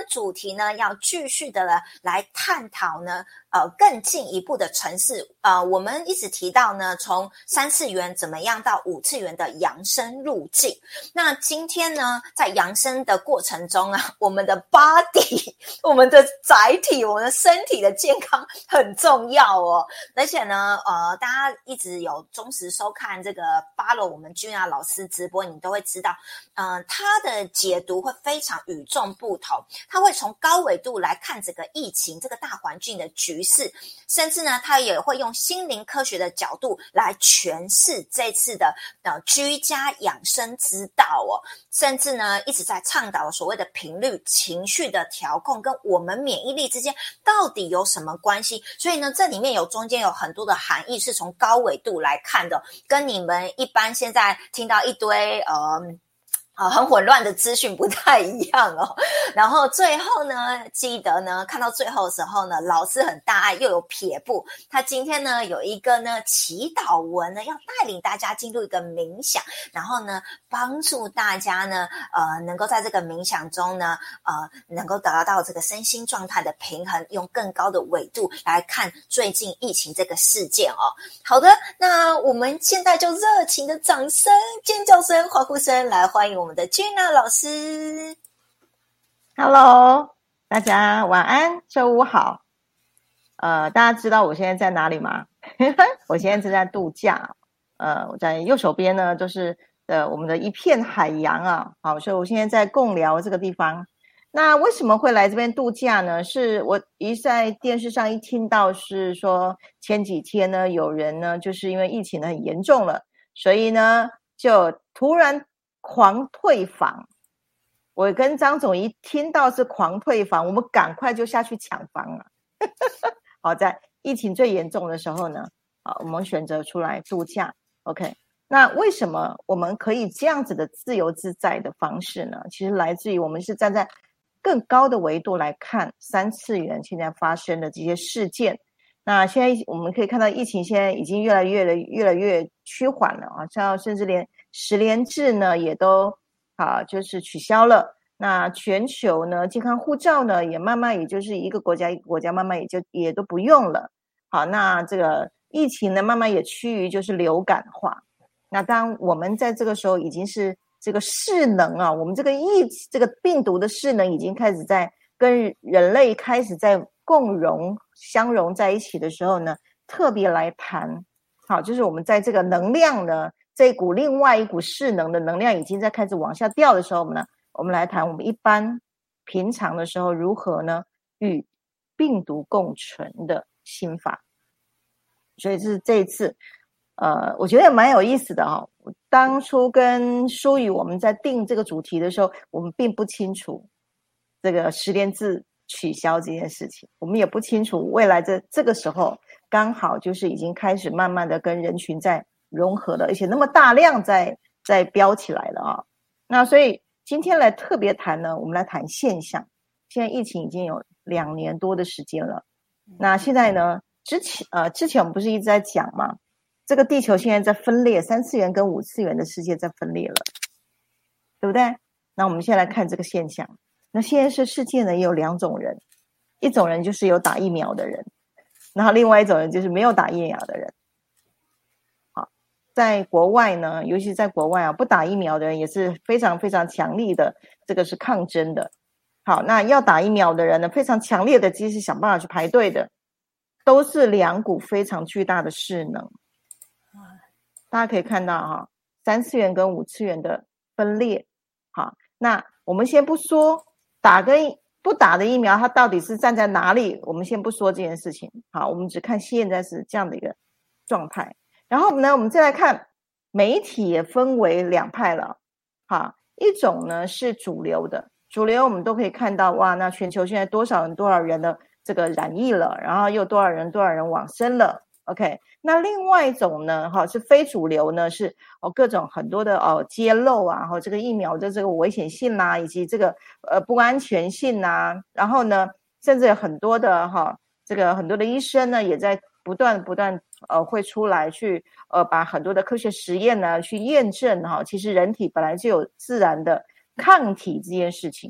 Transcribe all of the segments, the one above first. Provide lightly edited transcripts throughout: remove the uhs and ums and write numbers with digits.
主题呢，要继续的来探讨呢，更进一步的层次。我们一直提到呢，从3次元怎么样到5次元的扬升路径。那今天呢，在扬升的过程中啊，我们的 body， 我们的载体，我们的身体的健康很重要哦。而且呢，大家一直有忠实收看这个 follow 我们君雅老师直播，你都会知道，他的解读会非常与众不同。他会从高纬度来看这个疫情这个大环境的局势，甚至呢，他也会用心灵科学的角度来诠释这次的居家养生之道哦。甚至呢，一直在倡导所谓的频率情绪的调控跟我们免疫力之间到底有什么关系。所以呢，这里面中间有很多的含义是从高纬度来看的，跟你们一般现在听到一堆很混乱的资讯不太一样哦。然后最后呢，记得呢，看到最后的时候呢，老师很大爱又有撇步，他今天呢有一个呢祈祷文呢，要带领大家进入一个冥想，然后呢帮助大家呢能够在这个冥想中呢能够得到这个身心状态的平衡，用更高的纬度来看最近疫情这个事件哦。好的，那我们现在就热情的掌声、尖叫声、欢呼声来欢迎我们的 Gina 老师。 Hello， 大家晚安，周五好。大家知道我现在在哪里吗？我现在正在度假。我在右手边呢，就是我们的一片海洋啊。好，所以我现在在贡寮这个地方。那为什么会来这边度假呢？是我在电视上一听到是说前几天呢，有人呢就是因为疫情很严重了，所以呢就突然狂退房。我跟张总一听到是狂退房，我们赶快就下去抢房了。好，在疫情最严重的时候呢，我们选择出来度假。OK， 那为什么我们可以这样子的自由自在的方式呢？其实来自于我们是站在更高的维度来看3次元现在发生的这些事件。那现在我们可以看到疫情现在已经越来越趋缓了啊，像甚至连10连制呢也都就是取消了。那全球呢健康护照呢也慢慢也就是一个国家一个国家慢慢也都不用了。好，那这个疫情呢慢慢也趋于就是流感化。那当我们在这个时候已经是这个势能啊，我们这个病毒的势能已经开始在跟人类开始在相融在一起的时候呢，特别来谈。好，就是我们在这个能量呢，这另外一股势能的能量已经在开始往下掉的时候呢，我们来谈我们一般平常的时候如何呢与病毒共存的心法。所以这一次我觉得也蛮有意思的我当初跟舒宇我们在定这个主题的时候，我们并不清楚这个10连制取消这件事情，我们也不清楚未来这个时候刚好就是已经开始慢慢的跟人群在融合了，而且那么大量在飙起来了那所以今天来特别谈呢，我们来谈现象。现在疫情已经有2年多的时间了。那现在呢，之前我们不是一直在讲吗？这个地球现在在分裂，3次元跟5次元的世界在分裂了，对不对？那我们现在来看这个现象。那现在世界呢也有2种人，一种人就是有打疫苗的人，然后另外一种人就是没有打疫苗的人。好，在国外呢，尤其在国外不打疫苗的人也是非常非常强力的，这个是抗争的。好，那要打疫苗的人呢，非常强烈的其实想办法去排队的，都是2股非常巨大的势能。大家可以看到3次元跟5次元的分裂。好，那我们先不说打跟不打的疫苗它到底是站在哪里，我们先不说这件事情。好，我们只看现在是这样的一个状态。然后呢，我们再来看媒体也分为2派了。好，一种呢是主流的，主流我们都可以看到，哇，那全球现在多少人的这个染疫了，然后又多少人往生了。OK， 那另外一种呢是非主流呢，是各种很多的揭露这个疫苗的这个危险性以及这个不安全性然后呢甚至有很多的这个很多的医生呢也在不断会出来去把很多的科学实验呢去验证其实人体本来就有自然的抗体这件事情。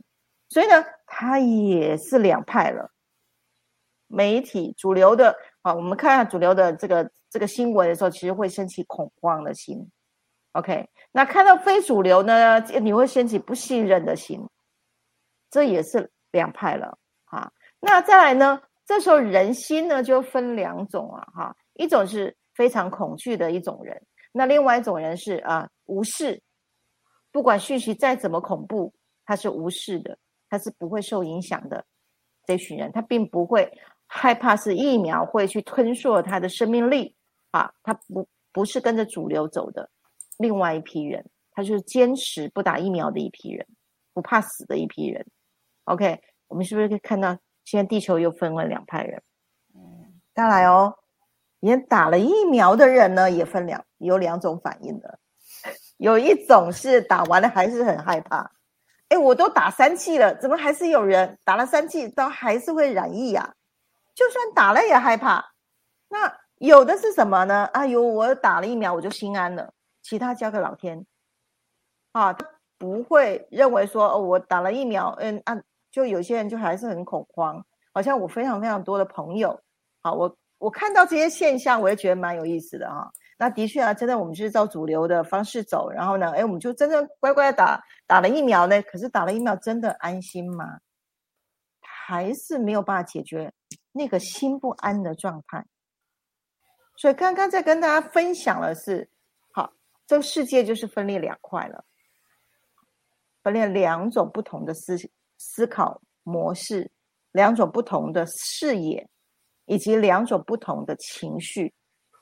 所以呢，它也是两派了。媒体主流的我们看主流的这个新闻的时候，其实会升起恐慌的心。OK， 那看到非主流呢，你会掀起不信任的心，这也是两派了哈。那再来呢，这时候人心呢就分两种哈，一种是非常恐惧的一种人，那另外一种人是无视，不管讯息再怎么恐怖，他是无视的，他是不会受影响的。这群人他并不会害怕是疫苗会去吞噬他的生命力他不是跟着主流走的。另外一批人，他就是坚持不打疫苗的一批人，不怕死的一批人。OK， 我们是不是可以看到现在地球又分为两派人？再来连打了疫苗的人呢也有两种反应的。有一种是打完了还是很害怕，我都打3剂了，怎么还是有人打了3剂都还是会染疫啊？就算打了也害怕。那有的是什么呢？我打了疫苗我就心安了，其他交给老天他不会认为说我打了疫苗就有些人就还是很恐慌。好像我非常非常多的朋友我看到这些现象我也觉得蛮有意思的那的确真的我们就是照主流的方式走，然后呢我们就真正乖乖打了疫苗呢，可是打了疫苗真的安心吗？还是没有办法解决那个心不安的状态。所以刚刚在跟大家分享的是这个世界就是分裂两块了，分裂两种不同的思考模式，两种不同的视野，以及两种不同的情绪。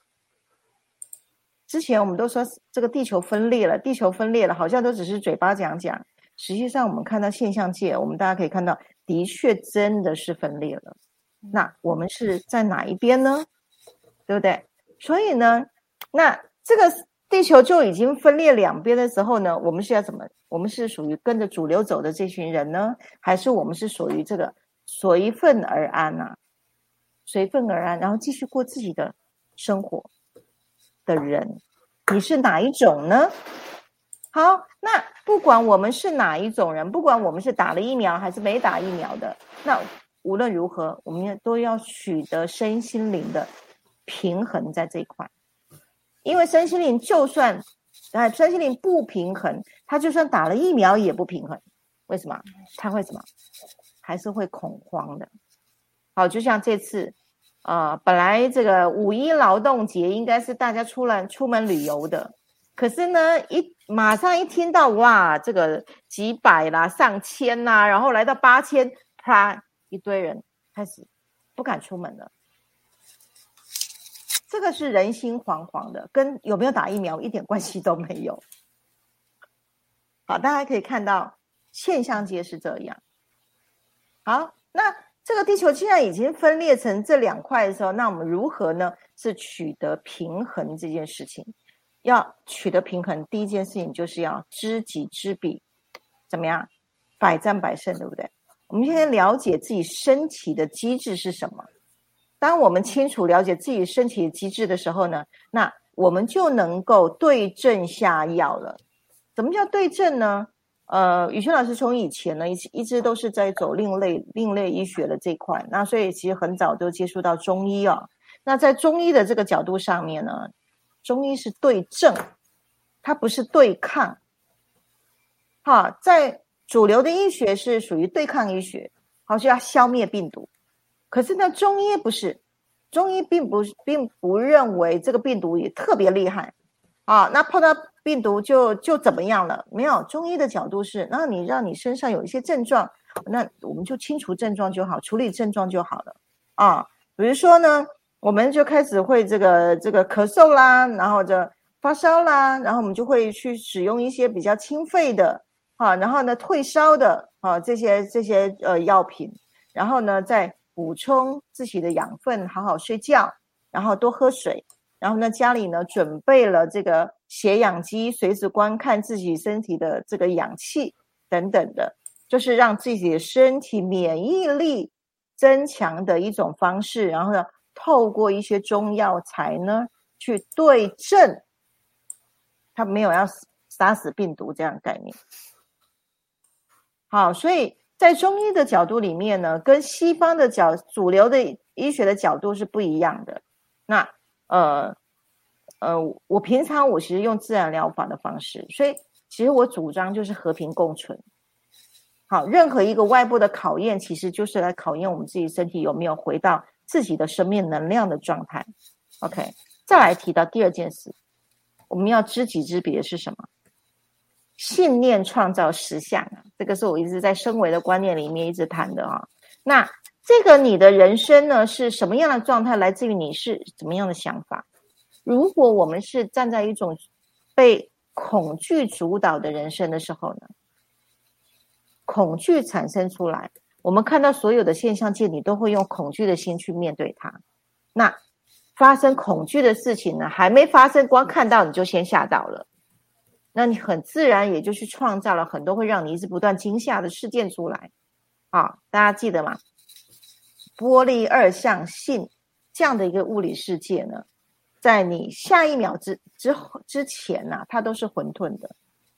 之前我们都说这个地球分裂了，好像都只是嘴巴讲讲，实际上我们看到现象界，我们大家可以看到的确真的是分裂了。那我们是在哪一边呢？对不对？所以呢，那这个地球就已经分裂两边的时候呢，我们是要怎么？我们是属于跟着主流走的这群人呢，还是我们是属于这个随份而安随份而安，然后继续过自己的生活的人？你是哪一种呢？好，那不管我们是哪一种人，不管我们是打了疫苗还是没打疫苗的，那无论如何，我们都要取得身心灵的平衡在这一块。因为身心灵就算身心灵不平衡，他就算打了疫苗也不平衡。为什么？他会什么？还是会恐慌的。好，就像这次本来这个5一劳动节应该是大家出门旅游的，可是呢马上一听到哇这个几百啦上千啦，然后来到8000，啪一堆人开始不敢出门了。这个是人心惶惶的，跟有没有打疫苗一点关系都没有。好，大家可以看到现象界是这样。好，那这个地球既然已经分裂成这两块的时候，那我们如何呢？是取得平衡这件事情。要取得平衡，第一件事情就是要知己知彼，怎么样？百战百胜，对不对？我们先了解自己身体的机制是什么。当我们清楚了解自己身体的机制的时候呢，那我们就能够对症下药了。怎么叫对症呢？宇轩老师从以前呢一直都是在走另类医学的这一块，那所以其实很早就接触到中医那在中医的这个角度上面呢，中医是对症，它不是对抗。在主流的医学是属于对抗医学，就要消灭病毒。可是呢，中医不是，中医并不认为这个病毒也特别厉害那碰到病毒就怎么样了？没有，中医的角度是，那你让你身上有一些症状，那我们就清除症状就好，处理症状就好了比如说呢，我们就开始会这个咳嗽啦，然后就发烧啦，然后我们就会去使用一些比较清肺的然后呢退烧的这些药品，然后呢再补充自己的养分，好好睡觉，然后多喝水，然后呢家里呢准备了这个血氧机，随时观看自己身体的这个氧气等等的，就是让自己的身体免疫力增强的一种方式，然后呢透过一些中药材呢去对症，它没有要杀死病毒这样的概念。好，所以在中医的角度里面呢，跟西方的主流的医学的角度是不一样的。那我平常我其实用自然疗法的方式，所以其实我主张就是和平共存。好，任何一个外部的考验，其实就是来考验我们自己身体有没有回到自己的生命能量的状态。OK， 再来提到第二件事，我们要知己知彼的是什么？信念创造实相啊，这个是我一直在升维的观念里面一直谈的啊。那这个你的人生呢是什么样的状态，来自于你是怎么样的想法。如果我们是站在一种被恐惧主导的人生的时候呢，恐惧产生出来，我们看到所有的现象界，你都会用恐惧的心去面对它。那发生恐惧的事情呢，还没发生，光看到你就先吓到了，那你很自然也就去创造了很多会让你一直不断惊吓的事件出来。大家记得吗？波粒二象性这样的一个物理世界呢，在你下一秒之前呢，它都是混沌的。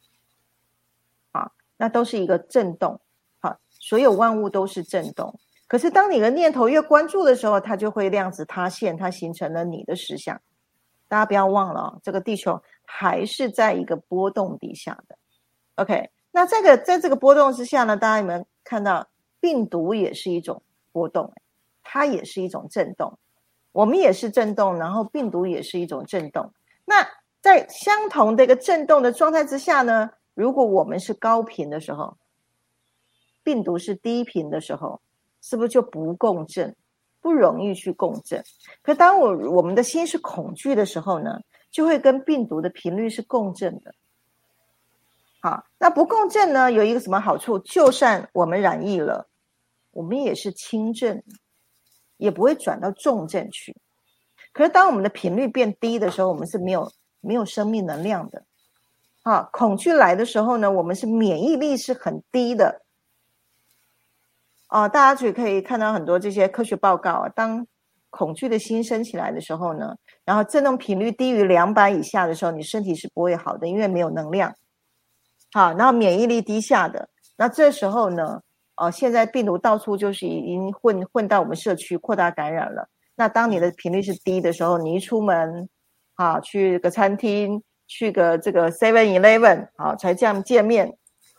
那都是一个震动。所有万物都是震动。可是当你的念头越关注的时候，它就会量子塌陷，它形成了你的实相。大家不要忘了这个地球还是在一个波动底下的。OK， 那在这个波动之下呢，大家有没有看到病毒也是一种波动，它也是一种震动。我们也是震动，然后病毒也是一种震动。那在相同的一个震动的状态之下呢，如果我们是高频的时候，病毒是低频的时候，是不是就不共振，不容易去共振？可当我们的心是恐惧的时候呢，就会跟病毒的频率是共振的。好，那不共振呢，有一个什么好处？就算我们染疫了，我们也是轻症，也不会转到重症去。可是当我们的频率变低的时候，我们是没有生命能量的。恐惧来的时候呢，我们是免疫力是很低的。大家就可以看到很多这些科学报告当恐惧的心升起来的时候呢，然后振动频率低于200以下的时候，你身体是不会好的，因为没有能量。然后免疫力低下的，那这时候呢，现在病毒到处就是已经混到我们社区，扩大感染了。那当你的频率是低的时候，你一出门去个餐厅，去个这个 7-Eleven 才这样见面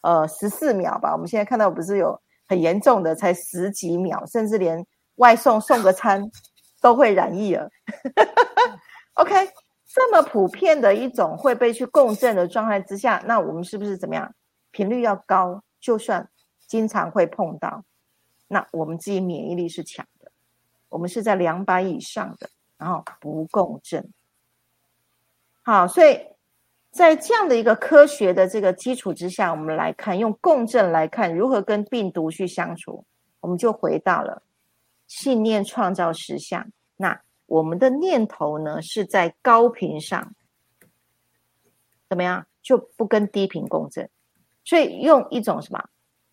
14秒吧。我们现在看到不是有很严重的才10几秒，甚至连外送个餐都会染疫了。OK， 这么普遍的一种会被去共振的状态之下，那我们是不是怎么样？频率要高，就算经常会碰到，那我们自己免疫力是强的，我们是在200以上的，然后不共振。好，所以在这样的一个科学的这个基础之下，我们来看，用共振来看如何跟病毒去相处，我们就回到了信念创造实相。那我们的念头呢，是在高频上，怎么样？就不跟低频共振。所以用一种什么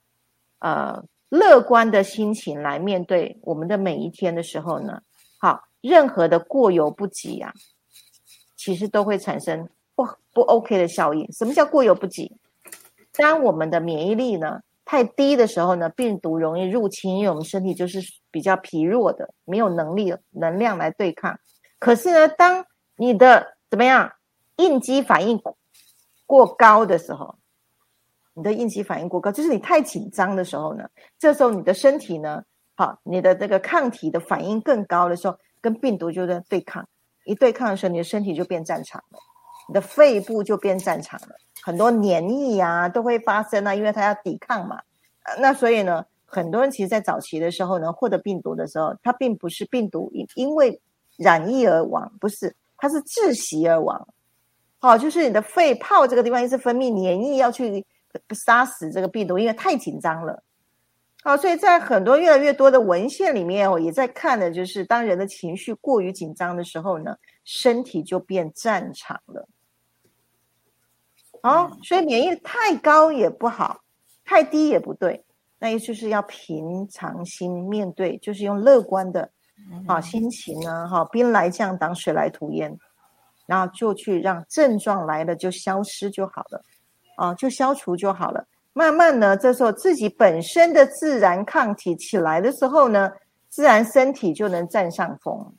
乐观的心情来面对我们的每一天的时候呢，任何的过犹不及其实都会产生不 OK 的效应。什么叫过犹不及？当我们的免疫力呢太低的时候呢，病毒容易入侵，因为我们身体就是比较疲弱的，没有能量来对抗。可是呢，当你的怎么样应激反应过高的时候，你的应激反应过高，就是你太紧张的时候呢，这时候你的身体呢，你的这个抗体的反应更高的时候，跟病毒就在对抗。一对抗的时候，你的身体就变战场了，你的肺部就变战场了，很多黏液都会发生因为它要抵抗嘛。那所以呢，很多人其实在早期的时候呢，获得病毒的时候，它并不是病毒因为染疫而亡，不是，它是窒息而亡。就是你的肺泡这个地方一直分泌黏液要去杀死这个病毒，因为太紧张了。所以在很多越来越多的文献里面也在看的就是当人的情绪过于紧张的时候呢，身体就变战场了。所以免疫力太高也不好，太低也不对，那也就是要平常心面对，就是用乐观的心情呢兵来将挡，水来土掩，然后就去让症状来了就消失就好了就消除就好了。 慢慢呢，这时候自己本身的自然抗体起来的时候呢，自然身体就能占上风。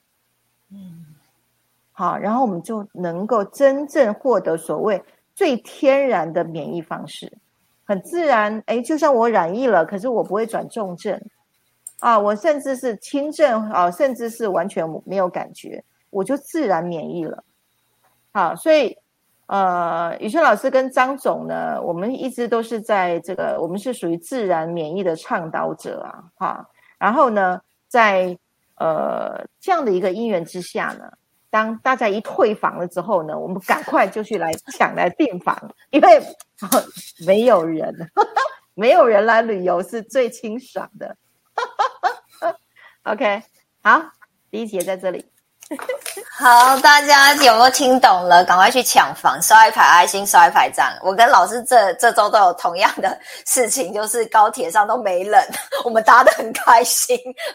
好，然后我们就能够真正获得所谓最天然的免疫方式，很自然。就像我染疫了，可是我不会转重症啊，我甚至是轻症啊，甚至是完全没有感觉，我就自然免疫了。好，所以宇轩老师跟张总呢，我们一直都是在这个，我们是属于自然免疫的倡导者啊，哈。然后呢，在这样的一个因缘之下呢，当大家一退房了之后呢，我们赶快就去来抢来订房，因为没有人，没有人来旅游是最清爽的。OK， 好，第一节在这里。 好，大家有没有听懂了？赶快去抢房，刷一排爱心，刷一排赞。我跟老师这周都有同样的事情，就是高铁上都没人，我们搭得很开心。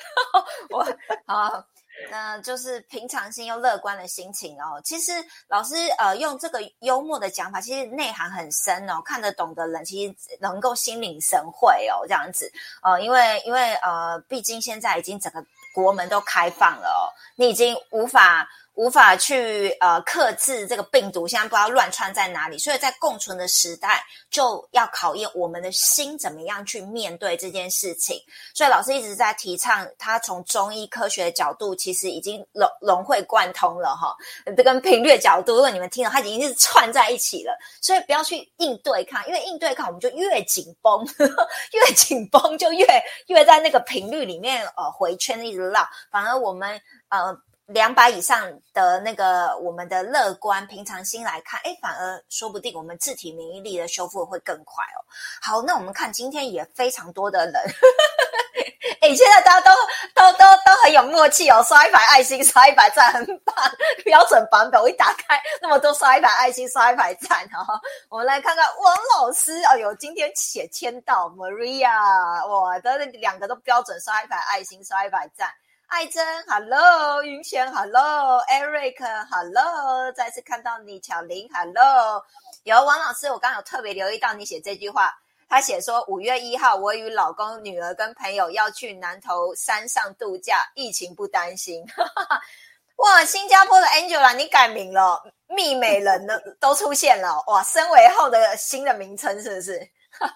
就是平常心又乐观的心情哦。其实老师用这个幽默的讲法，其实内涵很深哦，看得懂的人其实能够心领神会哦，这样子。因为毕竟现在已经整个国门都开放了哦，你已经无法去克制这个病毒，现在不知道乱窜在哪里，所以在共存的时代就要考验我们的心怎么样去面对这件事情。所以老师一直在提倡，他从中医科学的角度其实已经融会贯通了哈，这跟频率的角度，如果你们听到，它已经是串在一起了，所以不要去硬对抗，因为硬对抗我们就越紧绷，越紧绷就越在那个频率里面回圈一直绕，反而我们200以上的那个我们的乐观平常心来看，反而说不定我们自体免疫力的修复会更快哦。好，那我们看今天也非常多的人现在大家都很有默契哦，刷一排爱心，刷一排赞，很棒，标准版本。我一打开那么多刷一排爱心，刷一排赞哦。我们来看看王老师，哎呦，今天写签到 Maria， 哇，这2个都标准刷一排爱心，刷一排赞。艾珍 ，Hello， 云璇 ，Hello， Eric， Hello， 再次看到你，巧玲 ，Hello， 有王老师，我刚刚有特别留意到你写这句话，他写说5月1号，我与老公、女儿跟朋友要去南投山上度假，疫情不担心。哇，新加坡的 Angela 你改名了，蜜美人的都出现了，哇，升为后的新的名称是不是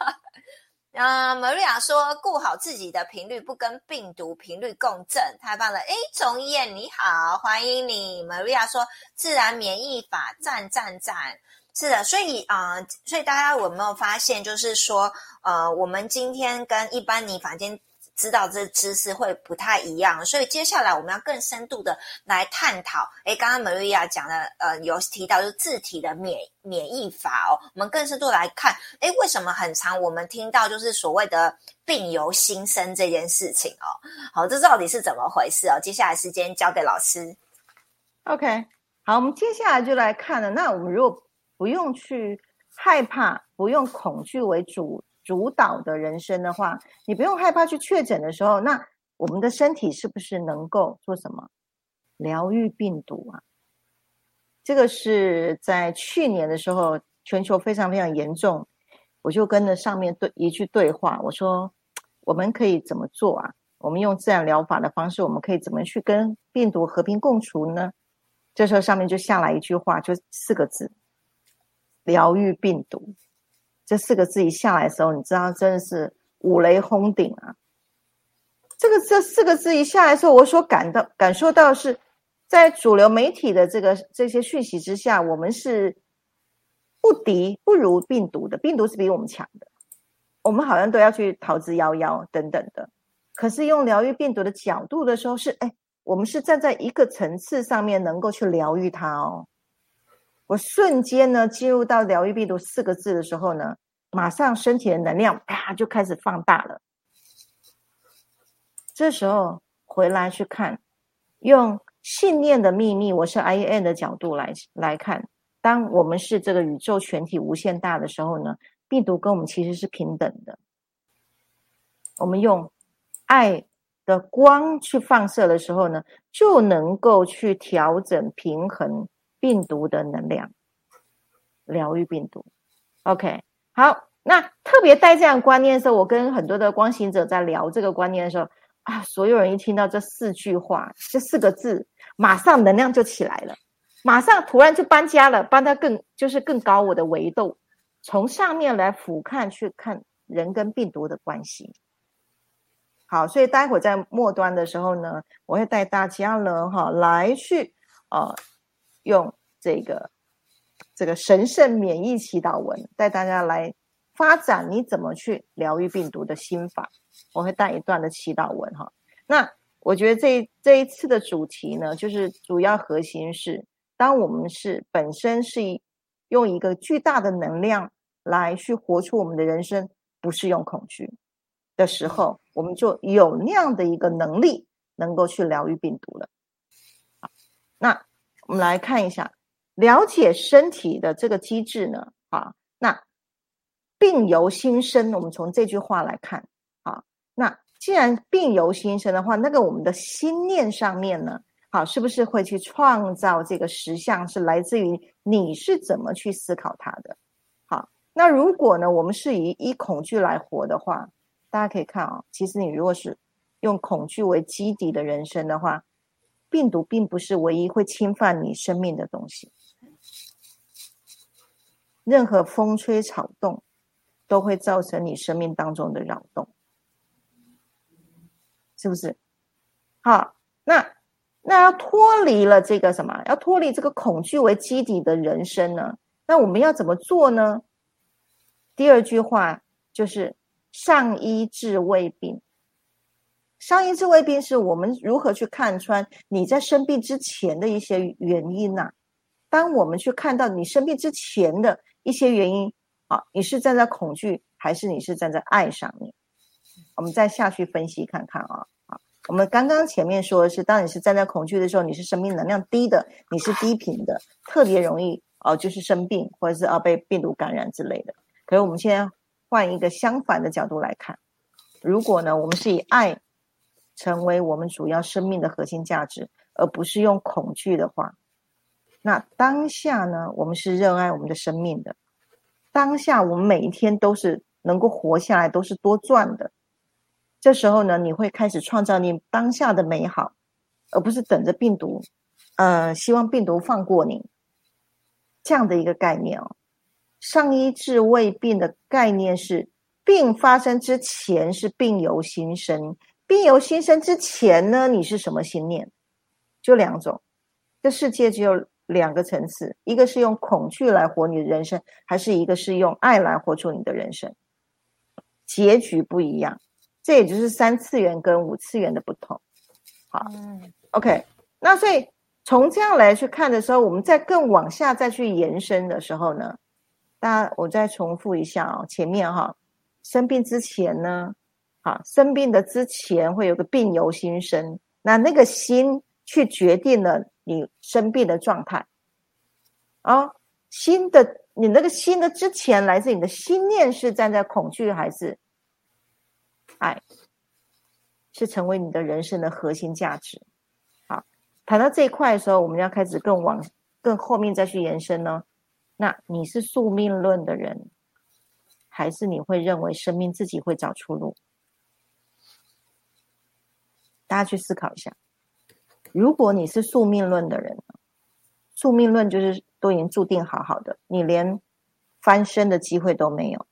Maria 说顾好自己的频率，不跟病毒频率共振，太棒了。钟燕你好，欢迎你。Maria 说自然免疫法，赞。是的，所以大家有没有发现，就是说我们今天跟一般你房间知道这知识会不太一样，所以接下来我们要更深度的来探讨。刚刚 Maria 讲的有提到就是自体的免疫法哦，我们更深度来看，为什么很常我们听到就是所谓的病由心生这件事情哦？好，这到底是怎么回事哦？接下来时间交给老师。 OK， 好，我们接下来就来看了。那我们如果不用去害怕，不用恐惧为主导的人生的话，你不用害怕去确诊的时候，那我们的身体是不是能够做什么？疗愈病毒啊！这个是在去年的时候，全球非常非常严重，我就跟着上面一句对话，我说我们可以怎么做啊？我们用自然疗法的方式，我们可以怎么去跟病毒和平共处呢？这时候上面就下来一句话，就4个字：疗愈病毒。这4个字一下来的时候，你知道真的是五雷轰顶啊！这4个字一下来的时候，我所感受到是在主流媒体的这些讯息之下，我们是不如病毒的，病毒是比我们强的，我们好像都要去逃之夭夭等等的。可是用疗愈病毒的角度的时候是，我们是站在一个层次上面能够去疗愈它哦。我瞬间呢进入到疗愈病毒4个字的时候呢，马上身体的能量啪就开始放大了。这时候回来去看，用信念的秘密，我是 IAN 的角度来看，当我们是这个宇宙全体无限大的时候呢，病毒跟我们其实是平等的。我们用爱的光去放射的时候呢，就能够去调整平衡病毒的能量，疗愈病毒。OK， 好， 那特别带这样观念的时候，我跟很多的光行者在聊这个观念的时候啊，所有人一听到这4句话，这4个字，马上能量就起来了，马上突然就搬家了，搬到更高我的维度，从上面来俯瞰去看人跟病毒的关系。好，所以待会在末端的时候呢，我会带大家呢来去用这个神圣免疫祈祷文，带大家来发展你怎么去疗愈病毒的心法。我会带一段的祈祷文哈。那我觉得这一次的主题呢，就是主要核心是，当我们本身是用一个巨大的能量来去活出我们的人生，不是用恐惧的时候，我们就有那样的一个能力能够去疗愈病毒了。好，那我们来看一下了解身体的这个机制呢。好，那病由心生，我们从这句话来看。好，那既然病由心生的话，那个我们的心念上面呢，好，是不是会去创造这个实相，是来自于你是怎么去思考它的。好，那如果呢我们是以恐惧来活的话，大家可以看其实你如果是用恐惧为基底的人生的话，病毒并不是唯一会侵犯你生命的东西，任何风吹草动都会造成你生命当中的扰动，是不是？好，那要脱离了这个什么？要脱离这个恐惧为基底的人生呢？那我们要怎么做呢？第2句话就是上医治未病。上医治未病是我们如何去看穿你在生病之前的一些原因啊。当我们去看到你生病之前的一些原因你是站在恐惧还是你是站在爱上面，我们再下去分析看看我们刚刚前面说的是，当你是站在恐惧的时候，你是生命能量低的，你是低频的，特别容易就是生病或者是被病毒感染之类的。可是我们现在换一个相反的角度来看，如果呢我们是以爱成为我们主要生命的核心价值，而不是用恐惧的话，那当下呢我们是热爱我们的生命的，当下我们每一天都是能够活下来，都是多赚的。这时候呢你会开始创造你当下的美好，而不是等着病毒希望病毒放过你这样的一个概念上医治未病的概念是，病发生之前是病由心生，病由心生之前呢你是什么心念？就2种，这世界只有2个层次，一个是用恐惧来活你的人生，还是一个是用爱来活出你的人生，结局不一样。这也就是3次元跟5次元的不同。好，OK， 那所以从这样来去看的时候，我们再更往下再去延伸的时候呢，我再重复一下前面生病之前呢，生病的之前会有个病由心生，那个心去决定了你生病的状态你那个心的之前来自你的心念是站在恐惧还是爱，是成为你的人生的核心价值。好，谈到这一块的时候，我们要开始更后面再去延伸呢。那你是宿命论的人，还是你会认为生命自己会找出路？大家去思考一下。如果你是宿命论的人，宿命论就是都已经注定好好的，你连翻身的机会都没有。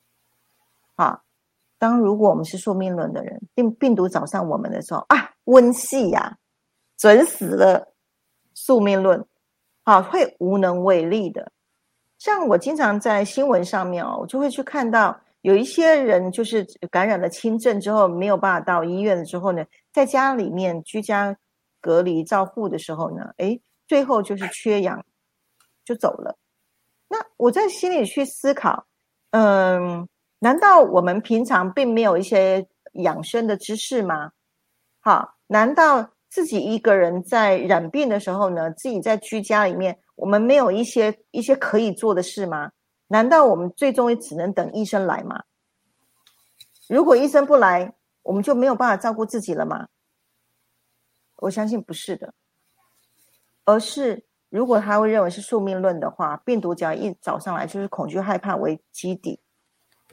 如果我们是宿命论的人，病毒找上我们的时候温系准死了宿命论会无能为力的。像我经常在新闻上面我就会去看到有一些人就是感染了轻症之后没有办法到医院了之后呢，在家里面居家隔离照护的时候呢，最后就是缺氧就走了。那我在心里去思考难道我们平常并没有一些养生的知识吗？难道自己一个人在染病的时候呢，自己在居家里面我们没有一些可以做的事吗？难道我们最终也只能等医生来吗？如果医生不来，我们就没有办法照顾自己了吗？我相信不是的，而是如果他会认为是宿命论的话，病毒只要一找上来就是恐惧害怕为基底，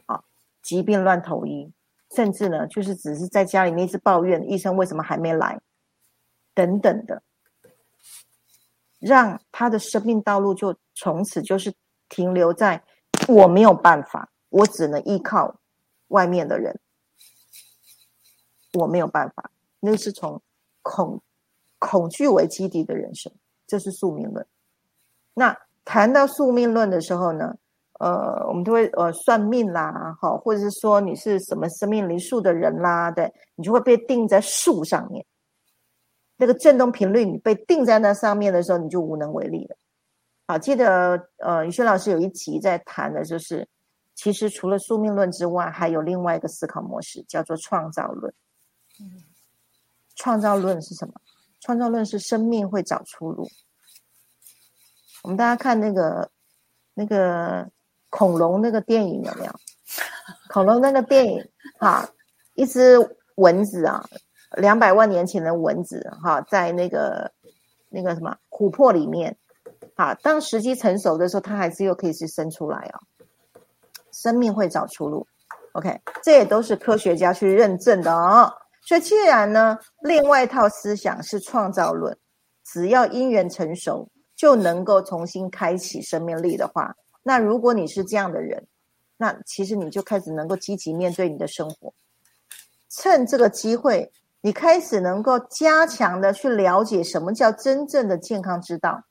疾病乱投医，甚至呢就是只是在家里面一直抱怨医生为什么还没来等等的，让他的生命道路就从此就是停留在我没有办法，我只能依靠外面的人，我没有办法，那是从恐惧为基底的人生，这是宿命论。那谈到宿命论的时候呢，我们都会算命啦，或者是说你是什么生命灵数的人啦，对，你就会被定在数上面，那个振动频率你被定在那上面的时候，你就无能为力了。好，记得宇轩老师有一集在谈的就是，其实除了宿命论之外，还有另外一个思考模式，叫做创造论。创造论是什么？创造论是生命会找出路。我们大家看那个恐龙那个电影有没有？恐龙那个电影一只蚊子啊，200万年前的蚊子在那个什么琥珀里面当时机成熟的时候，它还是又可以是生出来生命会找出路。OK， 这也都是科学家去认证的所以既然呢，另外一套思想是创造论，只要因缘成熟，就能够重新开启生命力的话，那如果你是这样的人，那其实你就开始能够积极面对你的生活。趁这个机会，你开始能够加强的去了解什么叫真正的健康之道。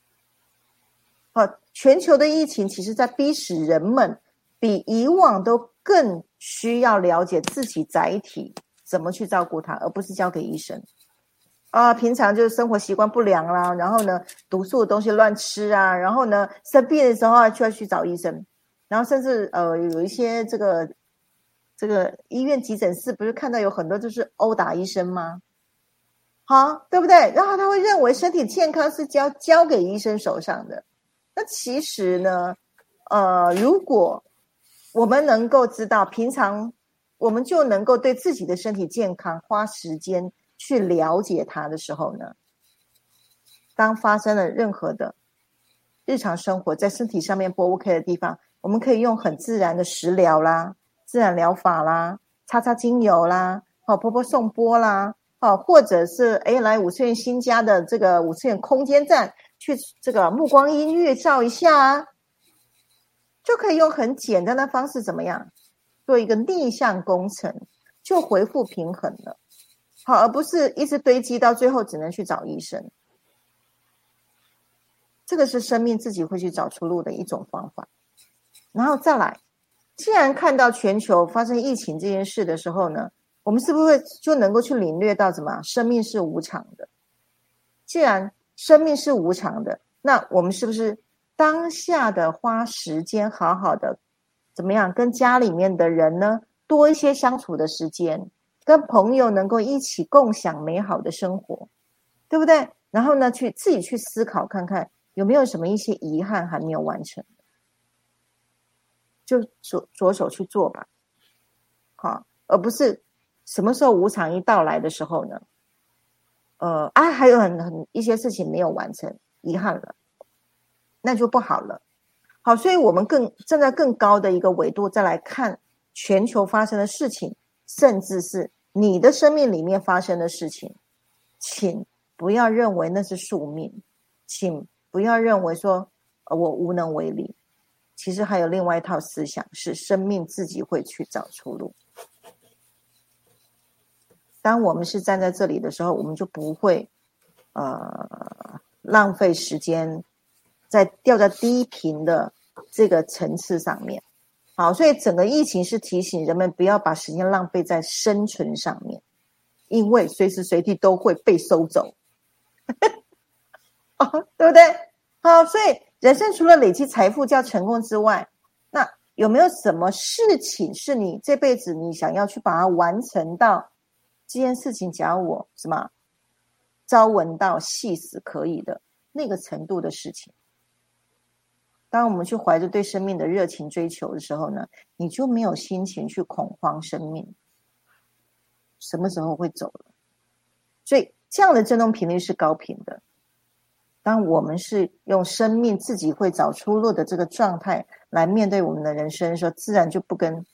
全球的疫情其实在逼使人们比以往都更需要了解自己载体怎么去照顾它，而不是交给医生平常就是生活习惯不良啦，然后呢毒素的东西乱吃然后呢生病的时候就要去找医生，然后甚至有一些这个医院急诊室不是看到有很多就是殴打医生吗？对不对？然后他会认为身体健康是交给医生手上的。那其实呢如果我们能够知道平常我们就能够对自己的身体健康花时间去了解它的时候呢，当发生了任何的日常生活在身体上面不 OK 的地方，我们可以用很自然的食疗啦，自然疗法啦，擦擦精油啦，婆婆送钵啦，或者是来5次元新家的这个5次元空间站去这个目光音乐照一下就可以用很简单的方式怎么样做一个逆向工程，就恢复平衡了。而不是一直堆积到最后只能去找医生。这个是生命自己会去找出路的一种方法。然后再来，既然看到全球发生疫情这件事的时候呢，我们是不是就能够去领略到什么？生命是无常的。既然生命是无常的，那我们是不是当下的花时间好好的怎么样跟家里面的人呢多一些相处的时间，跟朋友能够一起共享美好的生活，对不对？然后呢自己去思考看看有没有什么一些遗憾还没有完成，就着手去做吧。而不是什么时候无常一到来的时候呢还有一些事情没有完成，遗憾了，那就不好了。好，所以我们站在更高的一个维度再来看全球发生的事情，甚至是你的生命里面发生的事情，请不要认为那是宿命，请不要认为说我无能为力。其实还有另外一套思想，是生命自己会去找出路。当我们是站在这里的时候，我们就不会浪费时间在掉在低频的这个层次上面。好，所以整个疫情是提醒人们不要把时间浪费在生存上面，因为随时随地都会被收走对不对？好，所以人生除了累积财富叫成功之外，那有没有什么事情是你这辈子你想要去把它完成到这件事情，假如我什么朝闻道夕死可以的那个程度的事情，当我们去怀着对生命的热情追求的时候呢，你就没有心情去恐慌生命什么时候会走了。所以这样的振动频率是高频的。当我们是用生命自己会找出路的这个状态来面对我们的人生的时候，自然就不跟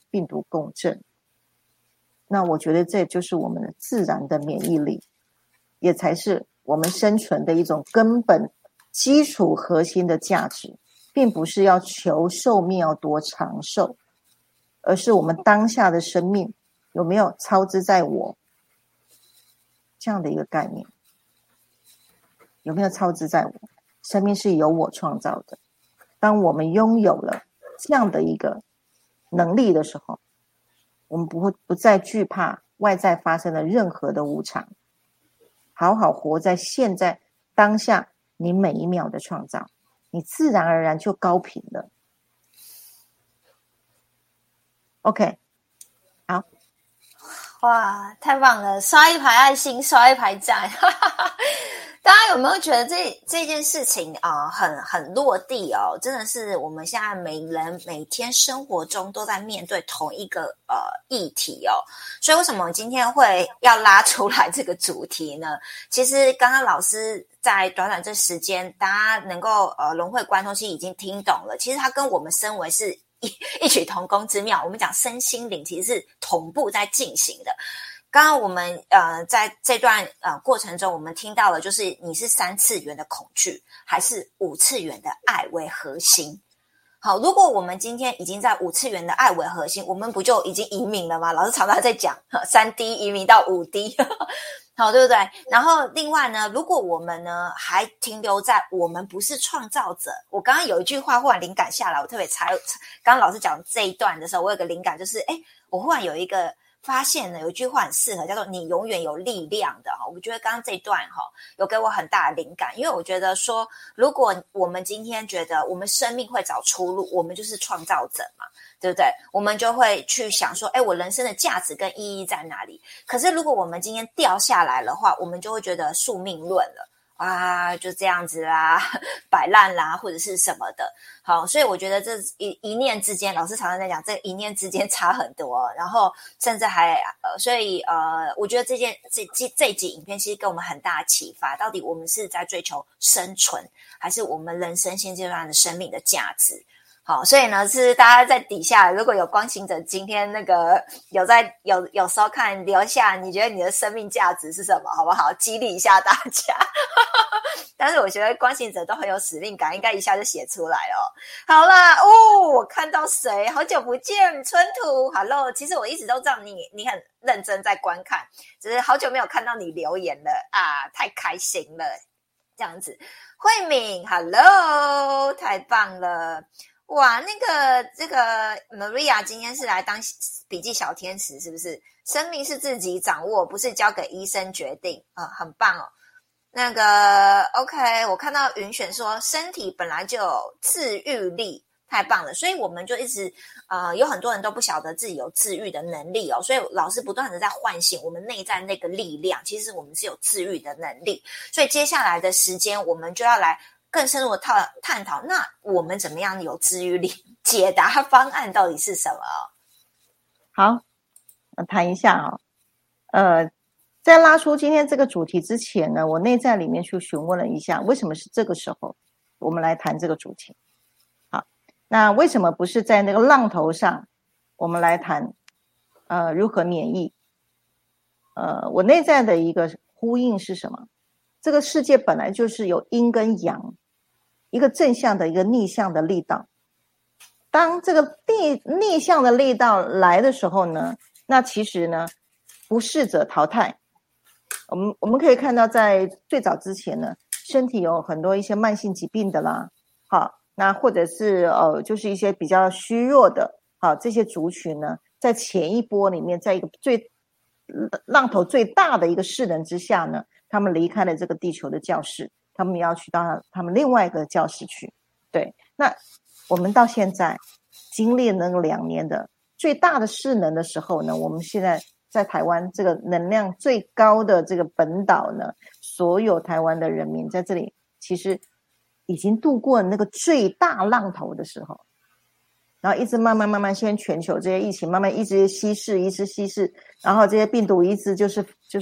病毒共振。那我觉得这就是我们自然的免疫力，也才是我们生存的一种根本基础核心的价值，并不是要求寿命要多长寿，而是我们当下的生命有没有操之在我这样的一个概念，有没有操之在我？生命是由我创造的。当我们拥有了这样的一个能力的时候，我们不再惧怕外在发生的任何的无常，好好活在现在当下你每一秒的创造，你自然而然就高频了。OK， 好， 哇，太棒了！刷一排爱心，刷一排赞。大家有没有觉得这件事情啊，很落地哦？真的是我们现在每人每天生活中都在面对同一个议题哦。所以为什么我今天会要拉出来这个主题呢？其实刚刚老师在短短这时间，大家能够融会贯通，其实已经听懂了。其实它跟我们身为是异曲同工之妙。我们讲身心灵其实是同步在进行的。刚刚我们在这段过程中，我们听到了就是你是3次元的恐惧还是5次元的爱为核心。好，如果我们今天已经在5次元的爱为核心，我们不就已经移民了吗？老师常常在讲 3D 移民到5D 好，对不对？然后另外呢，如果我们呢还停留在我们不是创造者，我刚刚有一句话忽然灵感下来，我特别刚刚老师讲这一段的时候，我有个灵感，就是我忽然有一个发现呢，有一句话很适合，叫做你永远有力量的。我觉得刚刚这一段有给我很大的灵感，因为我觉得说，如果我们今天觉得我们生命会找出路，我们就是创造者嘛，对不对？我们就会去想说，我人生的价值跟意义在哪里？可是如果我们今天掉下来的话，我们就会觉得宿命论了啊，就这样子啦，摆烂啦，或者是什么的。好，所以我觉得这一念之间，老师常常在讲，这一念之间差很多，然后甚至还所以我觉得这一集影片其实给我们很大的启发，到底我们是在追求生存，还是我们人生现阶段的生命的价值？好，所以呢，是大家在底下如果有光行者今天那个有收看，留下你觉得你的生命价值是什么，好不好？激励一下大家。但是我觉得光行者都很有使命感，应该一下就写出来了。好啦，我看到谁？好久不见，春图 ，Hello。其实我一直都知道你很认真在观看，只是好久没有看到你留言了啊，太开心了，这样子。慧敏 ，Hello， 太棒了。哇，这个 Maria 今天是来当笔记小天使，是不是？生命是自己掌握，不是交给医生决定很棒哦。那个 OK， 我看到云选说身体本来就有治愈力，太棒了。所以我们就一直有很多人都不晓得自己有治愈的能力哦，所以老师不断的在唤醒我们内在那个力量，其实我们是有治愈的能力。所以接下来的时间我们就要来更深入的探讨，那我们怎么样有治愈力？解答方案到底是什么？ 好，谈一下在拉出今天这个主题之前呢，我内在里面去询问了一下，为什么是这个时候我们来谈这个主题？好，那为什么不是在那个浪头上我们来谈如何免疫？我内在的一个呼应是什么？这个世界本来就是有阴跟阳，一个正向的一个逆向的力道。当这个逆向的力道来的时候呢，那其实呢，不适者淘汰。我们可以看到，在最早之前呢，身体有很多一些慢性疾病的啦，好，那或者是就是一些比较虚弱的，好，这些族群呢，在前一波里面，在一个浪头最大的一个势能之下呢，他们离开了这个地球的教室，他们要去到他们另外一个教室去。对，那我们到现在经历那个2年的最大的势能的时候呢，我们现在在台湾这个能量最高的这个本岛呢，所有台湾的人民在这里其实已经度过那个最大浪头的时候，然后一直慢慢现在全球这些疫情慢慢一直稀释，然后这些病毒一直就是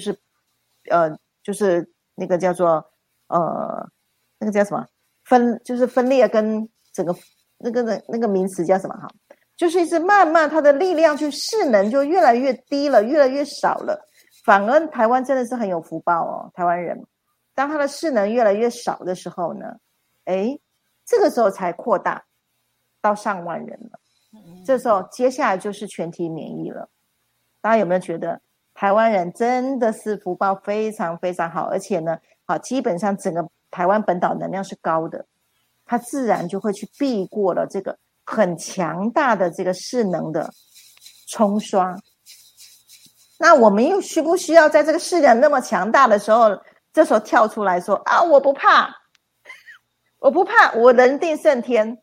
那个叫做那个叫什么分裂跟整个那个名词叫什么哈？ 就是一直慢慢它的力量去势能就越来越低了，越来越少了。反而台湾真的是很有福报哦，台湾人当他的势能越来越少的时候呢，这个时候才扩大到上万人了。这时候接下来就是全体免疫了。大家有没有觉得台湾人真的是福报非常非常好，而且呢，基本上整个台湾本岛能量是高的，它自然就会去避过了这个很强大的这个势能的冲刷。那我们又需不需要在这个势能那么强大的时候，这时候跳出来说啊，我不怕，我不怕，我人定胜天。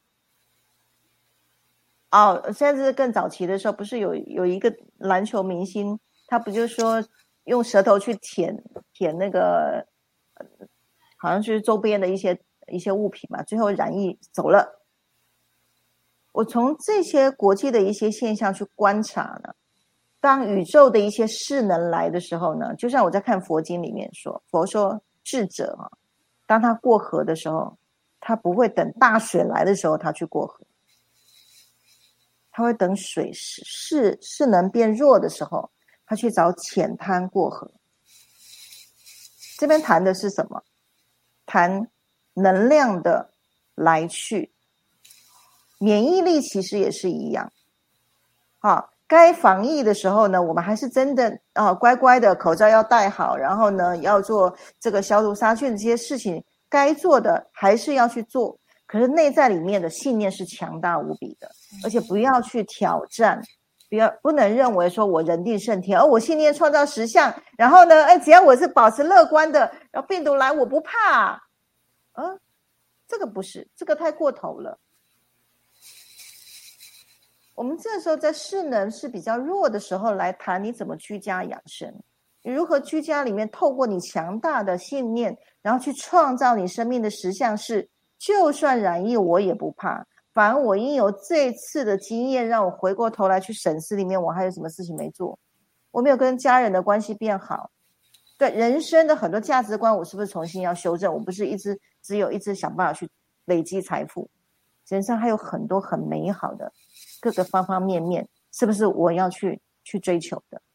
现在是更早期的时候，不是有一个篮球明星，他不就说用舌头去舔那个好像是周边的一些物品嘛，最后染疫走了。我从这些国际的一些现象去观察呢，当宇宙的一些势能来的时候呢，就像我在看佛经里面说，佛说智者当他过河的时候，他不会等大水来的时候他去过河，他会等水势能变弱的时候，他去找浅滩过河。这边谈的是什么？谈能量的来去。免疫力其实也是一样。该防疫的时候呢，我们还是真的乖乖的口罩要戴好，然后呢要做这个消毒杀菌的这些事情，该做的还是要去做。可是内在里面的信念是强大无比的，而且不要去挑战，不能认为说我人定胜天，我信念创造实相，然后呢只要我是保持乐观的，然后病毒来我不怕。这个不是，这个太过头了。我们这时候在势能是比较弱的时候来谈你怎么居家养生，你如何居家里面透过你强大的信念，然后去创造你生命的实相是，就算染疫我也不怕，反而我因有这次的经验，让我回过头来去审视里面我还有什么事情没做，我没有跟家人的关系变好，对人生的很多价值观我是不是重新要修正，我不是只有一直想办法去累积财富，人生还有很多很美好的各个方方面面，是不是我要去追求的？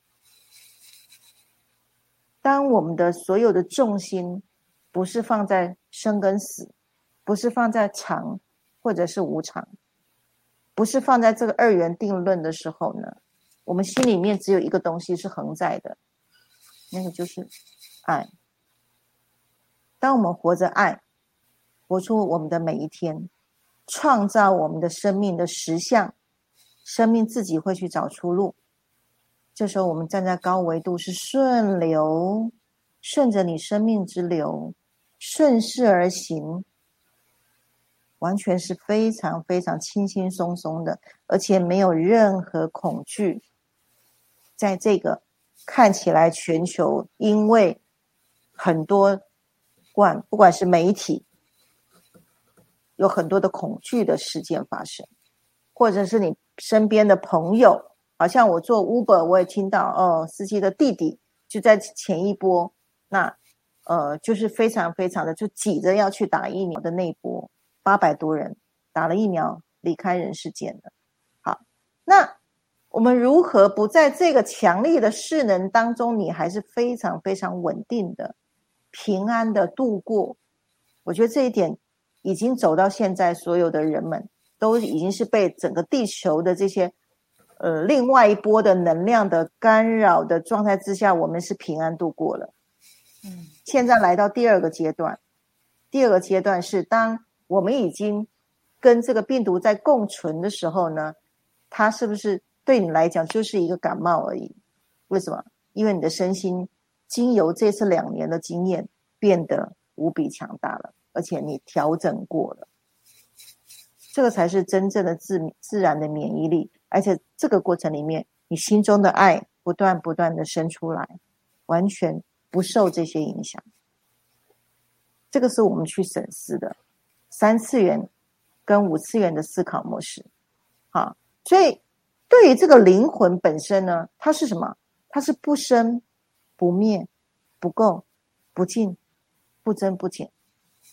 当我们的所有的重心不是放在生跟死，不是放在常或者是无常，不是放在这个二元定论的时候呢，我们心里面只有一个东西是恒在的，那个就是爱。当我们活着爱，活出我们的每一天，创造我们的生命的实相，生命自己会去找出路。这时候我们站在高维度，是顺流，顺着你生命之流，顺势而行，完全是非常非常轻轻松松的，而且没有任何恐惧。在这个看起来全球因为很多不管是媒体有很多的恐惧的事件发生，或者是你身边的朋友，好像我做 Uber 我也听到司机的弟弟就在前一波，那就是非常非常的就挤着要去打疫苗的那一波800多人打了疫苗离开人世间了。好，那我们如何不在这个强力的势能当中，你还是非常非常稳定的平安的度过？我觉得这一点已经走到现在，所有的人们都已经是被整个地球的这些另外一波的能量的干扰的状态之下，我们是平安度过了。现在来到第二个阶段，第二个阶段是当我们已经跟这个病毒在共存的时候呢，它是不是对你来讲就是一个感冒而已？为什么？因为你的身心经由这次2年的经验变得无比强大了，而且你调整过了，这个才是真正的自然的免疫力。而且这个过程里面，你心中的爱不断的生出来，完全不受这些影响。这个是我们去审视的3次元跟5次元的思考模式。好，所以对于这个灵魂本身呢，它是什么？它是不生不灭不垢不净不增不减。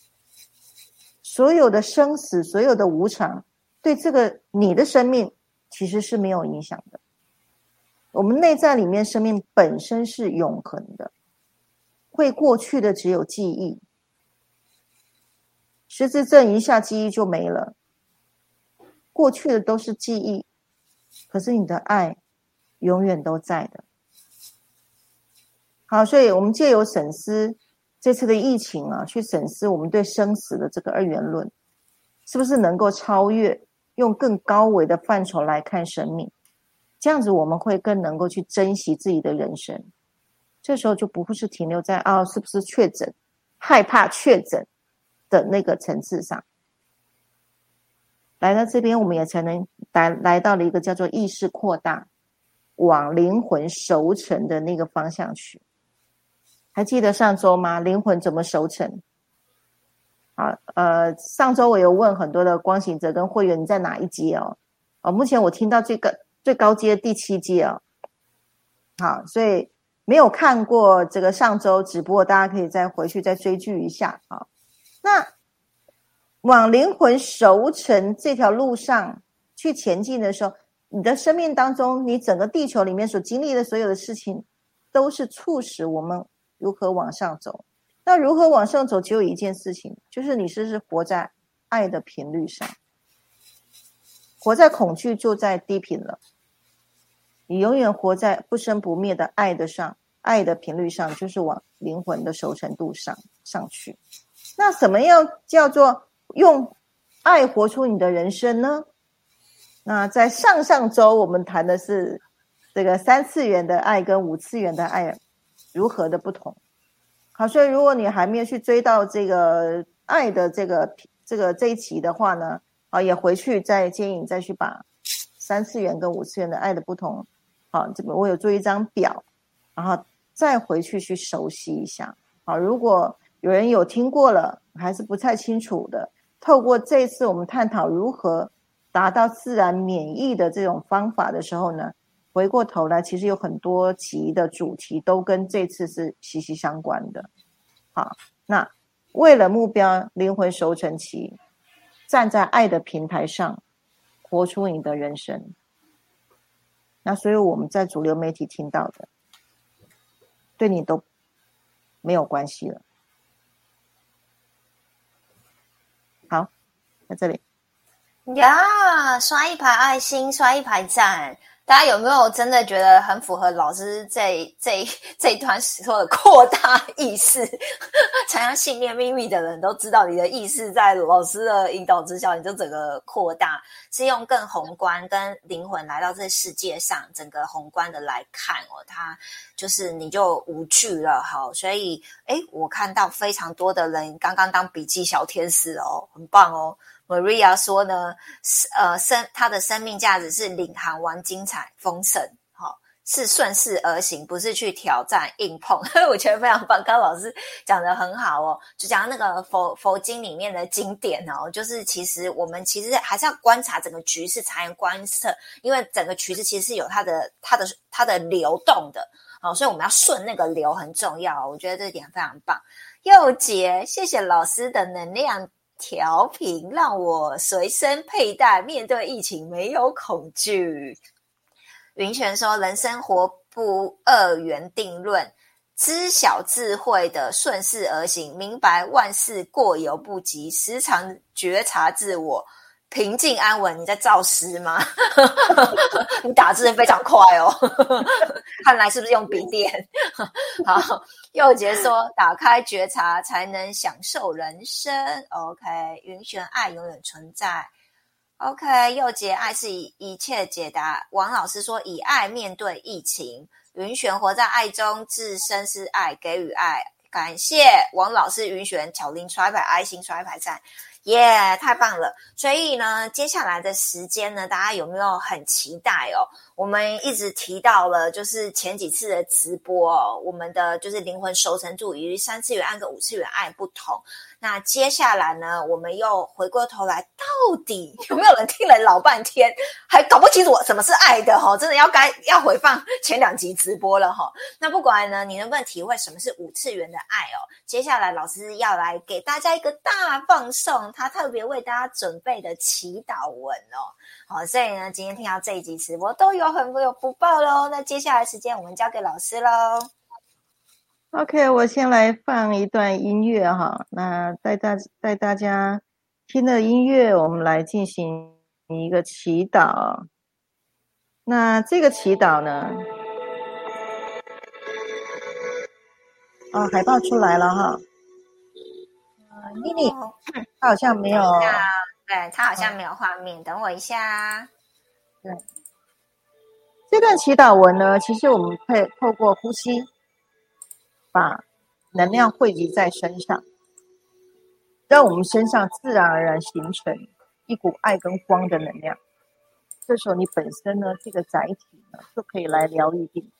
所有的生死，所有的无常，对这个你的生命其实是没有影响的。我们内在里面生命本身是永恒的，会过去的只有记忆，失智症一下记忆就没了，过去的都是记忆，可是你的爱永远都在的。好，所以我们借由审思这次的疫情啊，去审思我们对生死的这个二元论，是不是能够超越，用更高维的范畴来看生命，这样子我们会更能够去珍惜自己的人生。这时候就不会是停留在是不是确诊，害怕确诊的那个层次上。来到这边，我们也才能来到了一个叫做意识扩大，往灵魂熟成的那个方向去。还记得上周吗？灵魂怎么熟成？上周我有问很多的光行者跟会员，你在哪一阶哦？目前我听到最高阶第7阶哦。好，所以没有看过这个上周直播，大家可以再回去再追剧一下啊。那往灵魂熟成这条路上去前进的时候，你的生命当中，你整个地球里面所经历的所有的事情，都是促使我们如何往上走。那如何往上走，只有一件事情，就是你是活在爱的频率上。活在恐惧就在低频了，你永远活在不生不灭的爱的频率上，就是往灵魂的熟成度上去。那什么样叫做用爱活出你的人生呢？那在上周我们谈的是这个3次元的爱跟5次元的爱如何的不同。好，所以如果你还没有去追到这个爱的这一期的话呢，也回去再建议你再去把3次元跟5次元的爱的不同，这个我有做一张表，然后再回去熟悉一下。好，如果有人有听过了还是不太清楚的，透过这一次我们探讨如何达到自然免疫的这种方法的时候呢，回过头来其实有很多集的主题都跟这次是息息相关的。好，那为了目标灵魂熟成期，站在爱的平台上活出你的人生。那所以我们在主流媒体听到的对你都没有关系了。好，在这里呀，刷一排爱心，刷一排赞。大家有没有真的觉得很符合老师这一段说的扩大意识？参加信念秘密的人都知道，你的意识在老师的引导之下，你就整个扩大，是用更宏观跟灵魂来到这世界上，整个宏观的来看哦，它就是你就无惧了。好，所以我看到非常多的人刚刚当笔记小天使哦，很棒哦。Maria 说呢，他的生命价值是领航玩精彩丰盛，是顺势而行，不是去挑战硬碰。我觉得非常棒，刚刚老师讲得很好哦，就讲那个佛经里面的经典哦，就是其实我们其实还是要观察整个局势才能观测，因为整个局势其实是有它的流动的，所以我们要顺那个流很重要，我觉得这点非常棒。佑杰，谢谢老师的能量调频，让我随身佩戴，面对疫情没有恐惧。云璇说，人生活不二元定论，知晓智慧的顺势而行，明白万事过犹不及，时常觉察自我，平静安稳。你在造诗吗？你打字非常快哦，看来是不是用笔电？好，佑杰说，打开觉察才能享受人生。 OK， 云璇，爱永远存在。 OK， 佑杰，爱是一切解答。王老师说，以爱面对疫情。云璇，活在爱中，自身是爱，给予爱。感谢王老师，云璇，巧玲刷一排爱心，刷一排赞，太棒了。所以呢，接下来的时间呢，大家有没有很期待哦？我们一直提到了，就是前几次的直播哦，我们的就是灵魂熟成度与3次元爱跟5次元爱不同。那接下来呢，我们又回过头来，到底有没有人听了老半天还搞不清楚什么是爱的齁？真的要回放前2集直播了齁。那不管呢，你能不能体会什么是5次元的爱哦？接下来老师要来给大家一个大放送， 他特别为大家准备的祈祷文哦。好，所以呢，今天听到这一集直播都有很有福报咯。那接下来时间我们交给老师咯。 OK， 我先来放一段音乐哈，那带大家听了音乐，我们来进行一个祈祷。那这个祈祷呢，海报出来了哈。妮妮，他好像没有， 对，他好像没有画面，等我一下。 对，这段祈祷文呢，其实我们可以透过呼吸，把能量汇集在身上，让我们身上自然而然形成一股爱跟光的能量。这时候你本身呢，这个载体呢，就可以来疗愈病毒。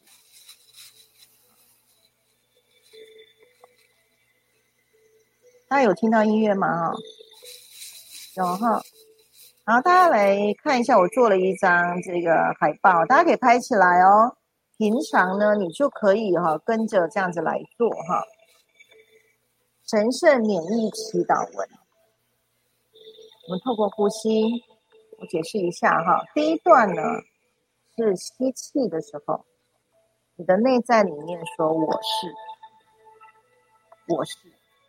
大家有听到音乐吗？有哈。然后大家来看一下，我做了一张这个海报，大家可以拍起来哦。平常呢，你就可以跟着这样子来做哈。神圣免疫祈祷文，我们透过呼吸，我解释一下哈。第一段呢是吸气的时候，你的内在里面说我是，我是，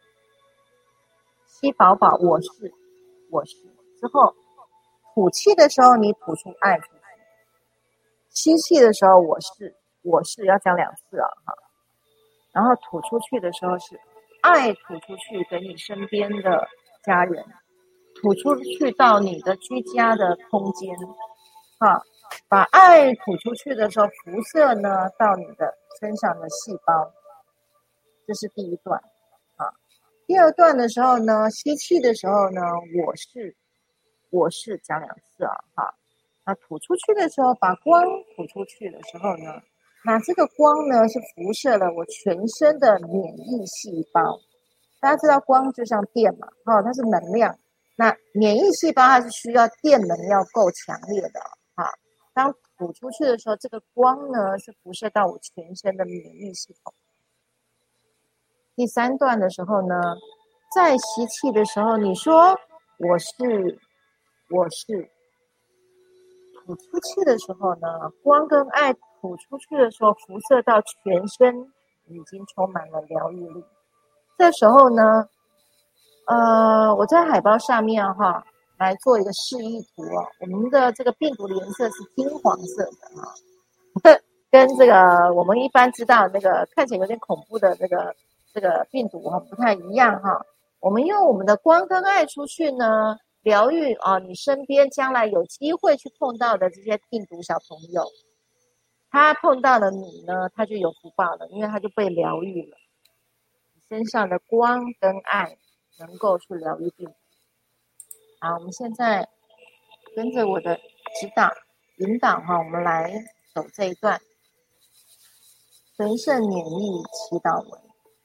吸饱饱，我是，我是。之后吐气的时候，你吐出爱出去。吸气的时候，我是，我是要讲2次啊哈。然后吐出去的时候是爱吐出去给你身边的家人，吐出去到你的居家的空间，把爱吐出去的时候，辐射呢到你的身上的细胞，这是第一段啊。第二段的时候呢，吸气的时候呢，我是讲2次啊哈。那吐出去的时候，把光吐出去的时候呢，那这个光呢是辐射了我全身的免疫细胞。大家知道光就像电嘛，它是能量。那免疫细胞它是需要电能要够强烈的啊。当吐出去的时候，这个光呢是辐射到我全身的免疫系统。第3段的时候呢，在吸气的时候，你说我是，我是。吐出去的时候呢，光跟爱吐出去的时候，辐射到全身，已经充满了疗愈力。这时候呢，我在海报上面来做一个示意图哦。我们的这个病毒的颜色是金黄色的跟这个我们一般知道那个看起来有点恐怖的这个病毒不太一样哈。我们用我们的光跟爱出去呢，疗愈你身边将来有机会去碰到的这些病毒小朋友，他碰到了你呢，他就有福报了，因为他就被疗愈了。你身上的光跟爱能够去疗愈病毒。好，我们现在跟着我的指导引导我们来走这一段神圣免疫祈祷文。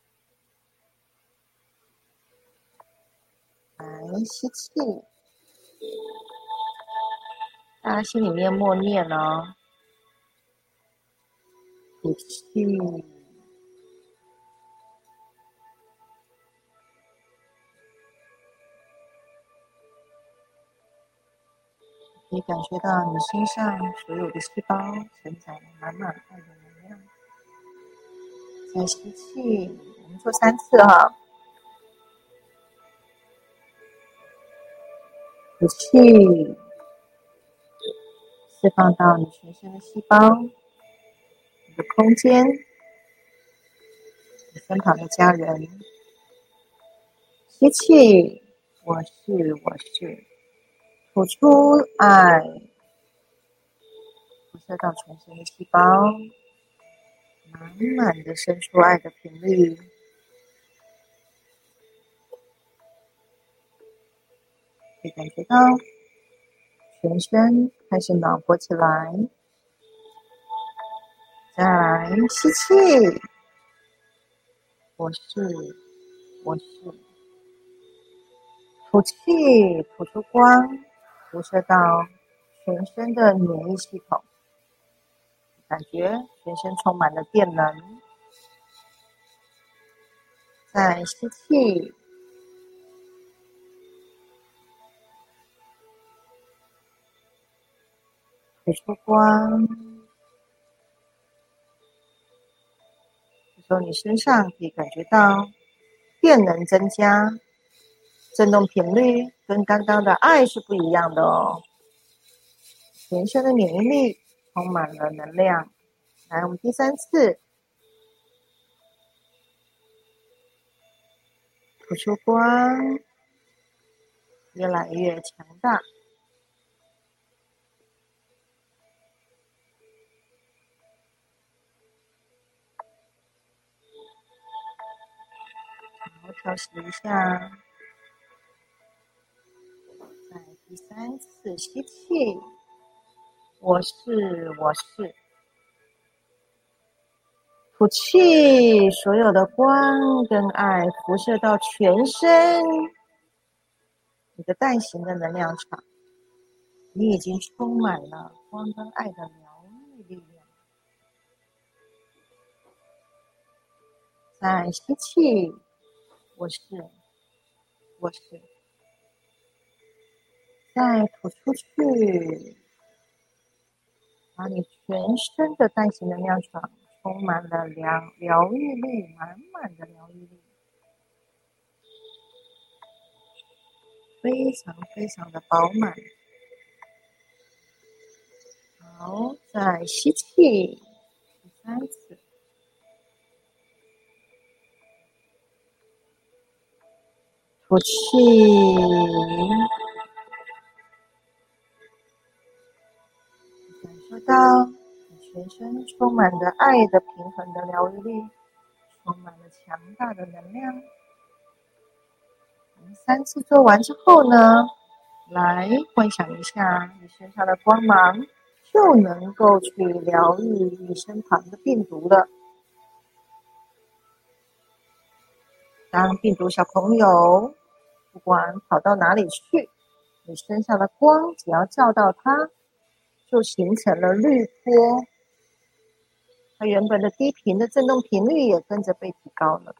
来吸气，大家心里面默念哦。吐气，可以感觉到你身上所有的细胞承载了满满爱的能量。再吸气，我们做3次哈。吐气，释放到你全身的细胞、你的空间、你身旁的家人。吸气，我是，我是。吐出爱，辐射到全身的细胞，满满的生出爱的频率。可以感觉到全身开始暖和起来。再来吸气，我是，我是。吐气，吐出光，辐射到全身的免疫系统，感觉全身充满了电能。再吸气， 吐出光。这时候你身上可以感觉到电能增加，振动频率跟刚刚的爱是不一样的哦。全身的免疫力充满了能量。来，我们第3次，吐出光，越来越强大。然后调息一下。在第3次吸气，我是，吐气，所有的光跟爱辐射到全身，你的蛋形的能量场，你已经充满了光跟爱的疗愈力量。再吸气，我是，再吐出去，把你全身的蛋形能量场充满了疗愈力，满满的疗愈力，非常非常的饱满。好，再吸气，第3次，吐气，感受到你全身充满着爱的平衡的疗愈力，充满了强大的能量。我们3次做完之后呢，来幻想一下你身上的光芒，就能够去疗愈你身旁的病毒了。当病毒小朋友不管跑到哪里去，你身上的光只要照到它，就形成了滤波，它原本的低频的振动频率也跟着被提高了。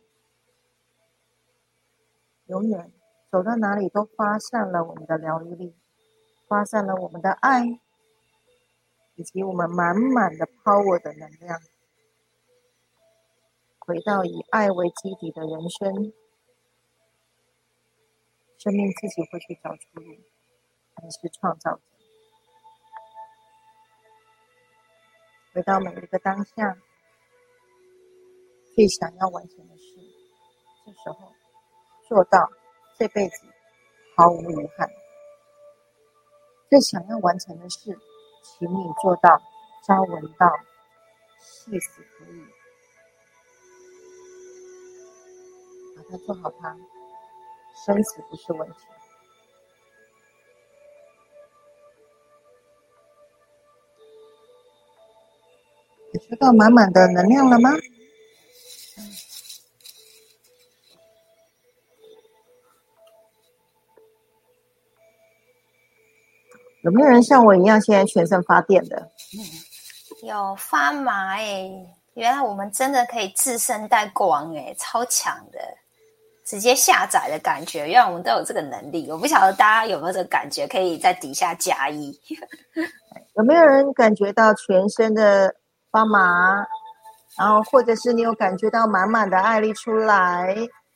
永远走到哪里都发散了我们的疗愈力，发散了我们的爱，以及我们满满的 power 的能量，回到以爱为基底的人生，生命自己会去找出路，你是创造者。回到每一个当下，最想要完成的事，这时候做到这辈子毫无遗憾。最想要完成的事，请你做到朝闻道，夕死可以，把它做好它，生死不是问题。你收到满满的能量了吗？有没有人像我一样现在全身发电的？ 有发麻原来我们真的可以自身带光超强的，直接下载的感觉，原来我们都有这个能力。我不晓得大家有没有这个感觉，可以在底下加1。 有没有人感觉到全身的发麻，然后或者是你有感觉到满满的爱力出来？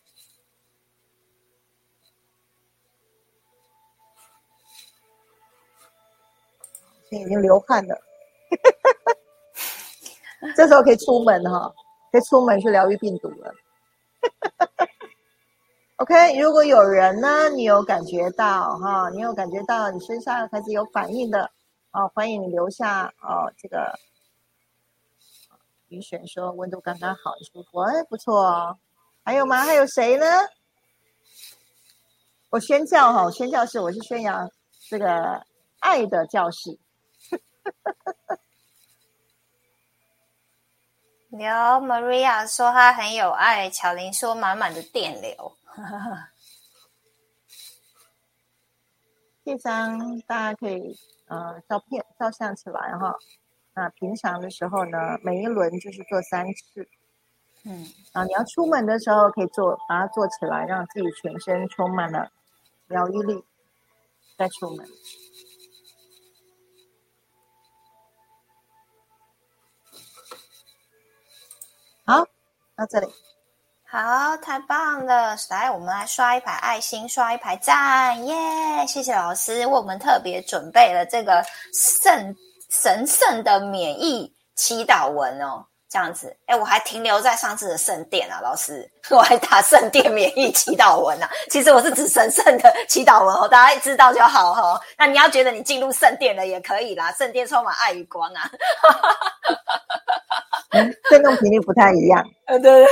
现在已经流汗了这时候可以出门可以出门去疗愈病毒了OK， 如果有人呢，你有感觉到你有感觉到你身上开始有反应的欢迎你留下这个雨璇说温度刚刚好，很舒服，不错哦。还有吗？还有谁呢？我宣教宣教士，我是宣扬这个爱的教士。 有 Maria 说她很有爱，巧玲说满满的电流。 这张大家可以照片照相起来那平常的时候呢，每一轮就是做3次。你要出门的时候可以把它做起来，让自己全身充满了疗愈力，再出门。 好，到这里。 好，太棒了！来，我们来刷一排爱心，刷一排赞，耶！谢谢老师为我们特别准备了这个神圣的免疫祈祷文哦，这样子。我还停留在上次的圣殿啊，老师，我还打圣殿免疫祈祷文啊。其实我是指神圣的祈祷文哦，大家知道就好哦。那你要觉得你进入圣殿了也可以啦，圣殿充满爱与光啊。 振动频率不太一样。 对。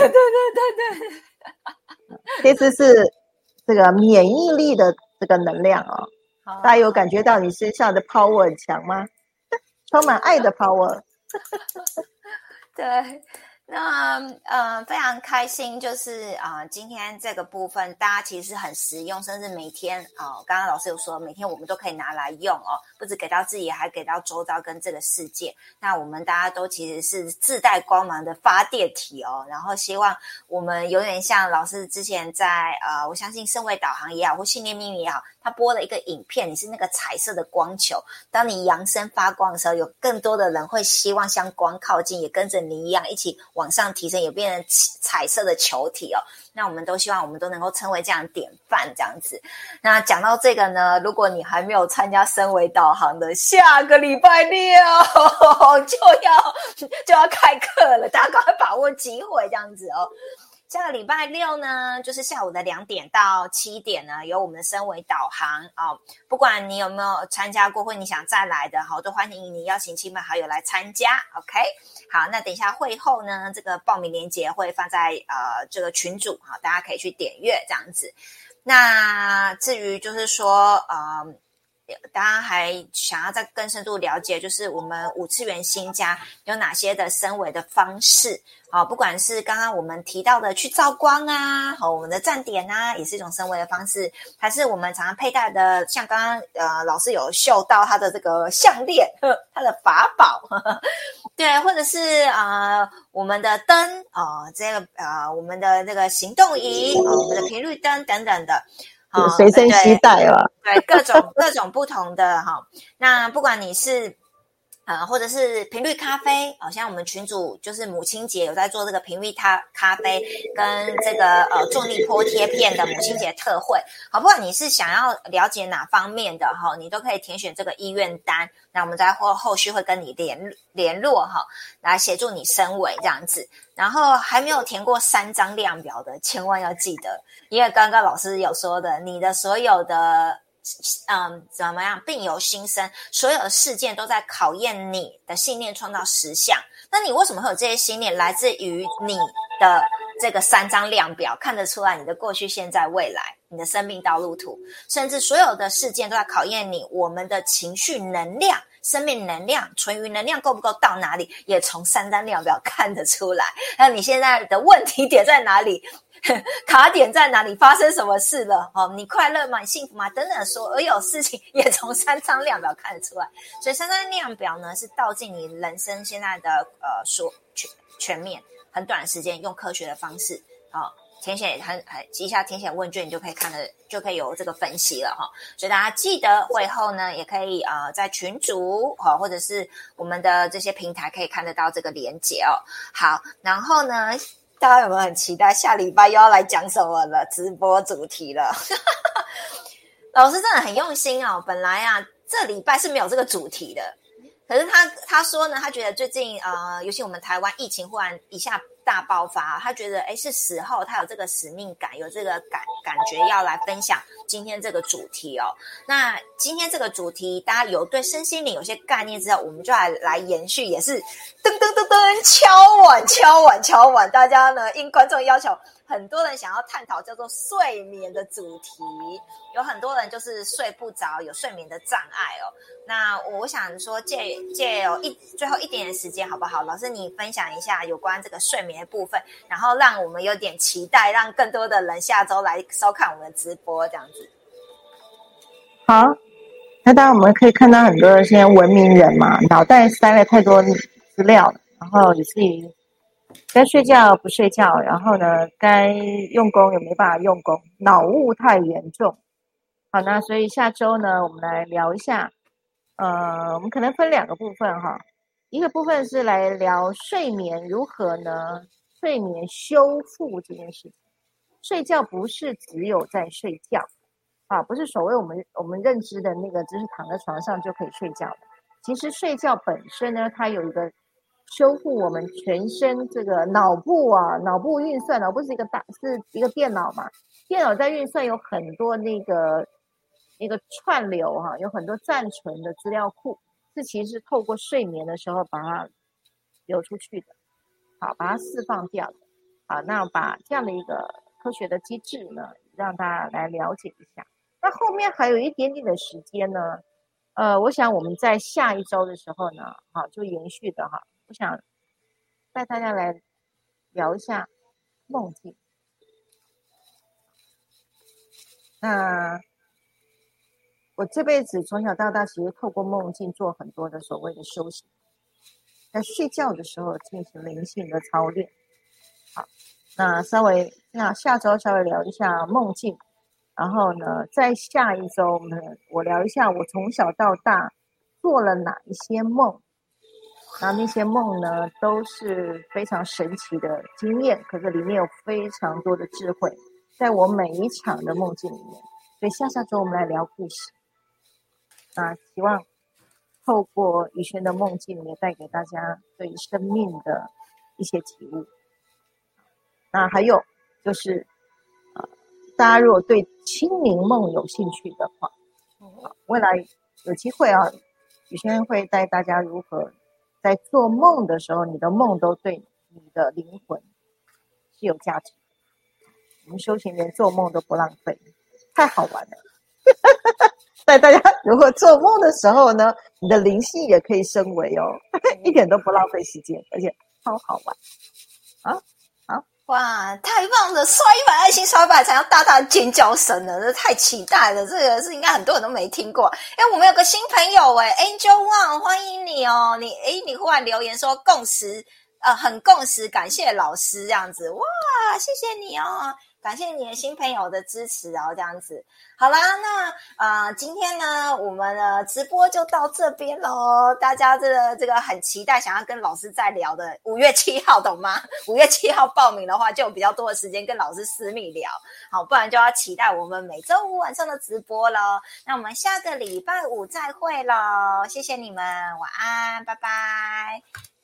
其实是这个免疫力的这个能量哦，大家有感觉到你身上的 power 很强吗？充满爱的 power。 对，那非常开心，就是今天这个部分大家其实很实用，甚至每天刚刚老师有说，每天我们都可以拿来用哦，不止给到自己，还给到周遭跟这个世界。那我们大家都其实是自带光芒的发电体哦，然后希望我们有点像老师之前在我相信圣位导航也好，或信念秘密也好，他播了一个影片，你是那个彩色的光球，当你扬声发光的时候，有更多的人会希望向光靠近，也跟着你一样一起往上提升，也变成彩色的球体哦。那我们都希望我们都能够成为这样的典范这样子。那讲到这个呢，如果你还没有参加身为导航的，下个礼拜六就要开课了，大家赶快把握机会这样子哦。下个礼拜六呢，就是下午的2点到7点呢，有我们的身为导航不管你有没有参加过，或你想再来的都欢迎你邀请亲朋好友来参加 OK。 好，那等一下会后呢，这个报名链接会放在这个群组大家可以去点阅这样子。那至于就是说大家还想要再更深度了解，就是我们5次元新家有哪些的升维的方式不管是刚刚我们提到的去照光啊我们的站点啊，也是一种升维的方式，还是我们常常佩戴的，像刚刚老师有秀到他的这个项链，他的法宝对，或者是我们的灯这个我们的这个行动仪我们的频率灯等等的随身携带了， 对，各种不同的那不管你是或者是频率咖啡像我们群组就是母亲节有在做这个频率咖啡跟这个重力波贴片的母亲节特惠不管你是想要了解哪方面的你都可以填选这个意愿单，那我们在后续会跟你联络来协助你升维这样子。然后还没有填过3张量表的，千万要记得，因为刚刚老师有说的，你的所有的怎么样病由心生，所有的事件都在考验你的信念创造实相。那你为什么会有这些信念？来自于你的这个3张量表，看得出来你的过去现在未来，你的生命道路图，甚至所有的事件都在考验你我们的情绪能量、生命能量、纯余能量够不够到哪里，也从3张量表看得出来。那你现在的问题点在哪里？卡点在哪里？发生什么事了？你快乐吗？你幸福吗？等等，所有事情也从3张量表看得出来。所以3张量表呢，是道尽你人生现在的全面，很短的时间，用科学的方式填写一下填写问卷，你就可以就可以有这个分析了所以大家记得会后呢，也可以在群组或者是我们的这些平台可以看得到这个连结好，然后呢，大家有没有很期待下礼拜又要来讲什么了？直播主题了。老师真的很用心本来这礼拜是没有这个主题的，可是他说呢，他觉得最近尤其我们台湾疫情忽然一下大爆发，他觉得是时候，他有这个使命感，有这个感觉要来分享今天这个主题那今天这个主题大家有对身心灵有些概念之后，我们就来延续，也是噔噔噔噔敲碗，大家呢应观众要求，很多人想要探讨叫做睡眠的主题，有很多人就是睡不着，有睡眠的障碍那我想说借有最后一点点时间好不好？老师你分享一下有关这个睡眠的部分，然后让我们有点期待，让更多的人下周来收看我们的直播这样子。 好，那当然我们可以看到很多的现在文明人嘛，脑袋塞了太多资料，然后以至于该睡觉不睡觉，然后呢该用功也没办法用功，脑雾太严重。好，那所以下周呢我们来聊一下我们可能分2个部分一个部分是来聊睡眠如何呢睡眠修复这件事情。睡觉不是只有在睡觉啊，不是所谓我们认知的那个只是躺在床上就可以睡觉的。其实睡觉本身呢，它有一个修复我们全身这个脑部啊，脑部运算，脑部是一个电脑嘛，电脑在运算有很多那个串流哈，有很多暂存的资料库，是其实是透过睡眠的时候把它流出去的，好，把它释放掉的。好，那把这样的一个科学的机制呢，让大家来了解一下。那后面还有一点点的时间呢，我想我们在下一周的时候呢，好，就延续的哈，我想带大家来聊一下梦境。那我这辈子从小到大，其实透过梦境做很多的所谓的修行，在睡觉的时候进行灵性的操练。好，那下周稍微聊一下梦境，然后呢，在下一周呢，我聊一下我从小到大做了哪一些梦，那些梦呢都是非常神奇的经验，可是里面有非常多的智慧，在我每一场的梦境里面。所以下周我们来聊故事。那希望透过宇轩的梦境也带给大家对生命的一些体悟。那还有就是大家如果对清明梦有兴趣的话，未来有机会啊，宇轩会带大家如何在做梦的时候，你的梦都对你的灵魂是有价值的。我们修行人做梦都不浪费，太好玩了。带大家如何做梦的时候呢，你的灵性也可以升维哦，一点都不浪费时间，而且超好玩啊！好哇，太棒了！刷100爱心，刷100才要大大尖叫声了，这太期待了。这个是应该很多人都没听过。我们有个新朋友Angel Wang， 欢迎你哦！你忽然留言说共识，很共识，感谢老师这样子，哇，谢谢你哦。感谢你的新朋友的支持哦，这样子。好啦，那今天呢，我们的直播就到这边咯。大家这个很期待想要跟老师再聊的5月7号，懂吗？5月7号报名的话，就有比较多的时间跟老师私密聊。好，不然就要期待我们每周五晚上的直播咯。那我们下个礼拜五再会咯，谢谢你们，晚安，拜拜。